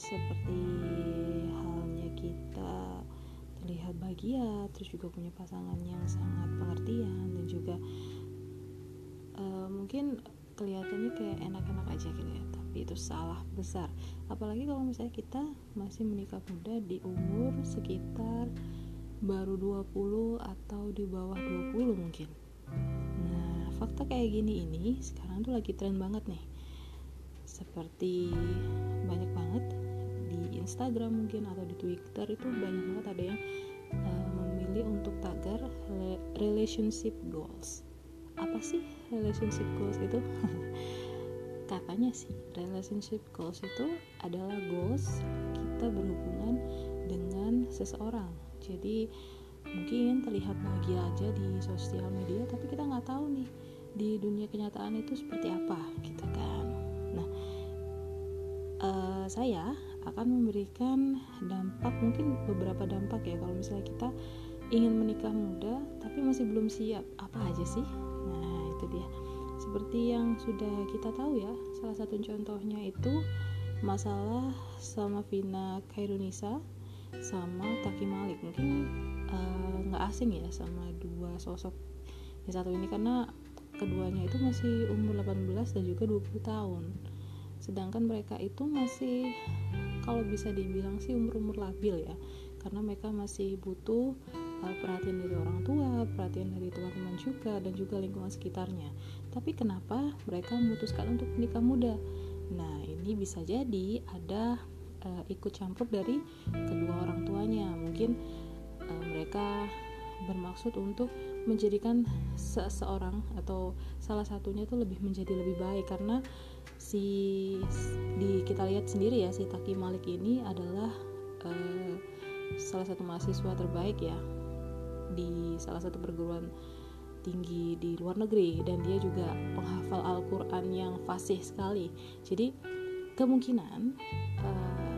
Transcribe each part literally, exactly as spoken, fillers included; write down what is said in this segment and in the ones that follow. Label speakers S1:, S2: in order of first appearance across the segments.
S1: seperti halnya kita terlihat bahagia, terus juga punya pasangan yang sangat pengertian dan juga uh, mungkin kelihatannya kayak enak-enak aja gitu ya, tapi itu salah besar. Apalagi kalau misalnya kita masih menikah muda di umur sekitar baru dua puluh atau di bawah dua puluh mungkin. Nah, fakta kayak gini ini sekarang tuh lagi tren banget nih. Seperti banyak banget di Instagram mungkin atau di Twitter itu banyak banget ada yang uh, memilih untuk tagar relationship goals. Apa sih relationship goals itu? Katanya sih relationship goals itu adalah goals kita berhubungan dengan seseorang. Jadi mungkin terlihat bahagia aja di sosial media, tapi kita nggak tahu nih di dunia kenyataan itu seperti apa gitu kan. Nah, uh, saya akan memberikan dampak, mungkin beberapa dampak ya kalau misalnya kita ingin menikah muda tapi masih belum siap. Apa aja sih? Nah, itu dia. Seperti yang sudah kita tahu ya, salah satu contohnya itu masalah sama Vina Khairunisa sama Taki Malik. Mungkin nggak uh, asing ya sama dua sosok yang satu ini, karena keduanya itu masih umur delapan belas dan juga dua puluh tahun. Sedangkan mereka itu masih, kalau bisa dibilang sih umur-umur labil ya, karena mereka masih butuh uh, perhatian dari orang tua, perhatian dari teman-teman juga, dan juga lingkungan sekitarnya. Tapi kenapa mereka memutuskan untuk menikah muda? Nah, ini bisa jadi ada uh, ikut campur dari kedua orang tuanya. Mungkin uh, mereka bermaksud untuk menjadikan seseorang atau salah satunya itu lebih menjadi lebih baik, karena si di kita lihat sendiri ya, si Taki Malik ini adalah uh, salah satu mahasiswa terbaik ya di salah satu perguruan tinggi di luar negeri, dan dia juga penghafal Al-Quran yang fasih sekali. Jadi kemungkinan uh,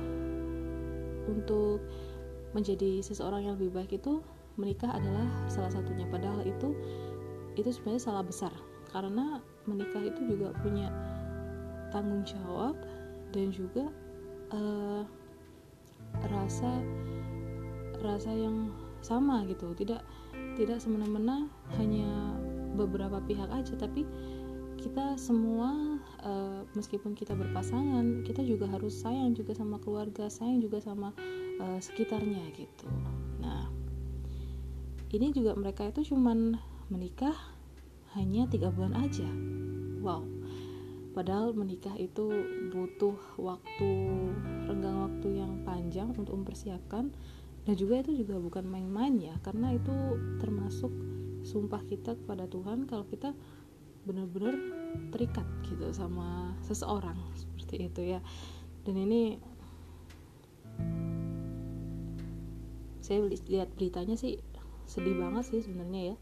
S1: untuk menjadi seseorang yang lebih baik itu menikah adalah salah satunya. Padahal itu itu sebenarnya salah besar, karena menikah itu juga punya tanggung jawab dan juga uh, rasa rasa yang sama gitu. Tidak tidak semena-mena hanya beberapa pihak aja, tapi kita semua uh, meskipun kita berpasangan, kita juga harus sayang juga sama keluarga, sayang juga sama uh, sekitarnya gitu. Nah, ini juga mereka itu cuman menikah hanya tiga bulan aja. Wow. Padahal menikah itu butuh waktu, renggang waktu yang panjang untuk mempersiapkan, dan juga itu juga bukan main-main ya, karena itu termasuk sumpah kita kepada Tuhan kalau kita benar-benar terikat gitu sama seseorang, seperti itu ya. Dan ini saya lihat beritanya sih sedih banget sih sebenarnya ya.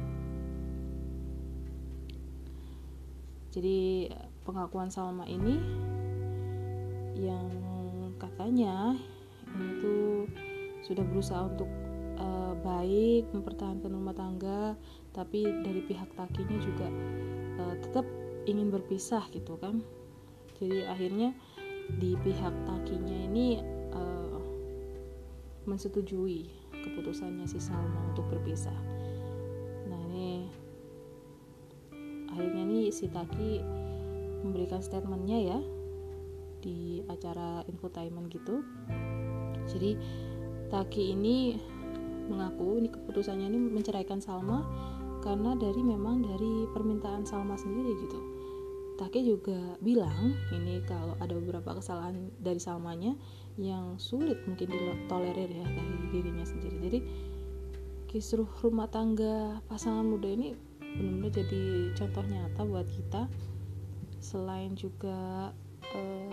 S1: Jadi pengakuan Salma ini yang katanya ini tuh sudah berusaha untuk uh, baik mempertahankan rumah tangga, tapi dari pihak Takinya juga uh, tetap ingin berpisah gitu kan. Jadi akhirnya di pihak Takinya ini uh, mensetujui keputusannya si Salma untuk berpisah. Nah, ini akhirnya nih si Taki memberikan statementnya ya di acara infotainment gitu. Jadi Taki ini mengaku ini keputusannya ini menceraikan Salma karena dari memang dari permintaan Salma sendiri gitu. Taki juga bilang ini kalau ada beberapa kesalahan dari Salmanya yang sulit mungkin ditolerir ya dari dirinya sendiri. Jadi kisruh rumah tangga pasangan muda ini benar-benar jadi contoh nyata buat kita. Selain juga uh,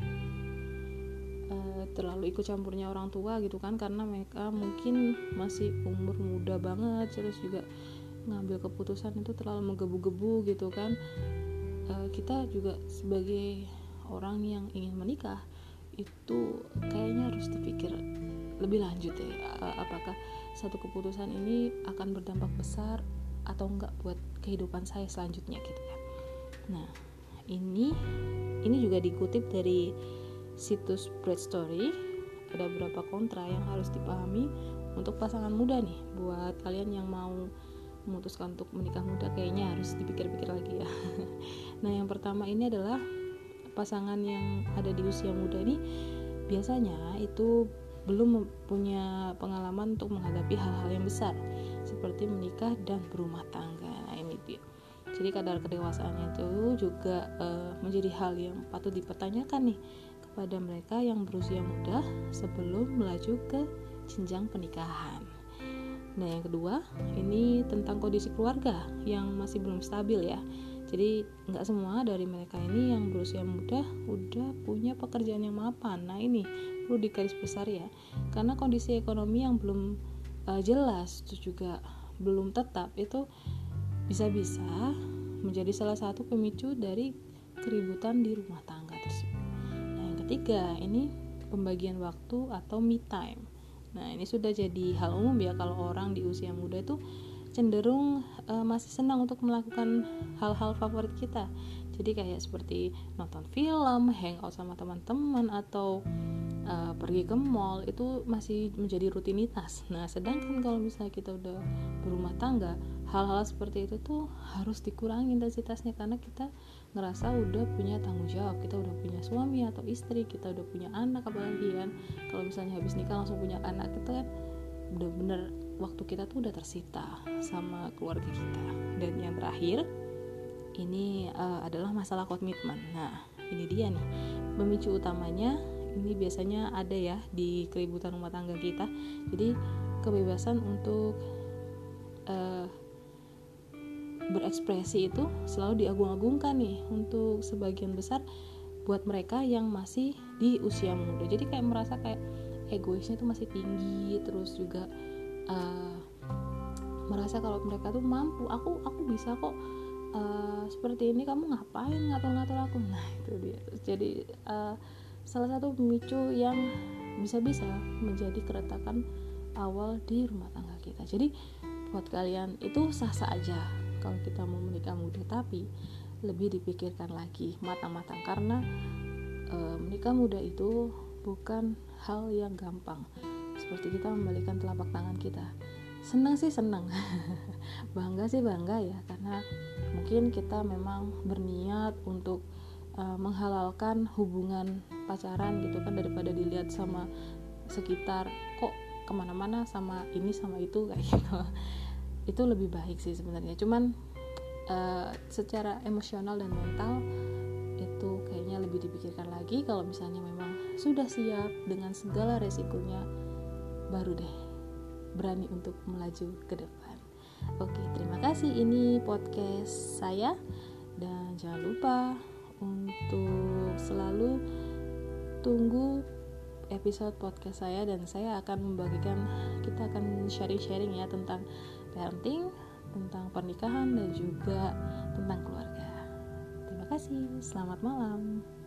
S1: uh, terlalu ikut campurnya orang tua gitu kan, karena mereka mungkin masih umur muda banget, terus juga ngambil keputusan itu terlalu menggebu-gebu gitu kan. Uh, kita juga sebagai orang yang ingin menikah itu kayaknya harus dipikir lebih lanjut ya, uh, apakah satu keputusan ini akan berdampak besar atau enggak buat kehidupan saya selanjutnya gitu ya. Nah, ini ini juga dikutip dari situs Bright Story, ada beberapa kontra yang harus dipahami untuk pasangan muda nih. Buat kalian yang mau memutuskan untuk menikah muda, kayaknya harus dipikir-pikir lagi ya. Nah, yang pertama ini adalah pasangan yang ada di usia muda ini biasanya itu belum punya pengalaman untuk menghadapi hal-hal yang besar seperti menikah dan berumah tangga. Nah, ini dia. Jadi kadar kedewasaannya itu juga uh, menjadi hal yang patut dipertanyakan nih kepada mereka yang berusia muda sebelum melaju ke jenjang pernikahan. Nah, yang kedua, ini tentang kondisi keluarga yang masih belum stabil ya. Jadi nggak semua dari mereka ini yang berusia muda udah punya pekerjaan yang mapan. Nah, ini perlu digaris besar ya, karena kondisi ekonomi yang belum uh, jelas, terus juga belum tetap, itu bisa-bisa menjadi salah satu pemicu dari keributan di rumah tangga tersebut. Nah, yang ketiga, ini pembagian waktu atau me time. Nah, ini sudah jadi hal umum ya, kalau orang di usia muda itu cenderung uh, masih senang untuk melakukan hal-hal favorit kita. Jadi kayak seperti nonton film, hangout sama teman-teman, atau uh, pergi ke mall, itu masih menjadi rutinitas. Nah, sedangkan kalau misalnya kita udah berumah tangga, hal-hal seperti itu tuh harus dikurangi intensitasnya, karena kita ngerasa udah punya tanggung jawab, kita udah punya suami atau istri, kita udah punya anak, apalagi kan kalau misalnya habis nikah langsung punya anak, kita kan bener-bener waktu kita tuh udah tersita sama keluarga kita. Dan yang terakhir ini uh, adalah masalah komitmen. Nah, ini dia nih pemicu utamanya. Ini biasanya ada ya di keributan rumah tangga kita. Jadi kebebasan untuk uh, berekspresi itu selalu diagung-agungkan nih untuk sebagian besar buat mereka yang masih di usia muda. Jadi kayak merasa kayak egoisnya tuh masih tinggi, terus juga uh, merasa kalau mereka tuh mampu, aku aku bisa kok uh, seperti ini, kamu ngapain ngatur-ngatur aku. Nah, itu dia. Jadi uh, salah satu pemicu yang bisa-bisa menjadi keretakan awal di rumah tangga kita. Jadi buat kalian itu sah-sah aja kalau kita mau menikah muda, tapi lebih dipikirkan lagi matang-matang, karena uh, menikah muda itu bukan hal yang gampang. Seperti kita membalikan telapak tangan kita. Senang sih senang, bangga sih bangga ya, karena mungkin kita memang berniat untuk uh, menghalalkan hubungan pacaran gitu kan, daripada dilihat sama sekitar kok kemana-mana sama ini sama itu kayak gitu. Itu lebih baik sih sebenarnya. Cuman uh, secara emosional dan mental itu kayaknya lebih dipikirkan lagi. Kalau misalnya memang sudah siap dengan segala resikonya, baru deh berani untuk melaju ke depan. Oke, terima kasih. Ini podcast saya, dan jangan lupa untuk selalu tunggu episode podcast saya, dan saya akan membagikan, kita akan sharing-sharing ya tentang parenting, tentang pernikahan, dan juga tentang keluarga. Terima kasih, selamat malam.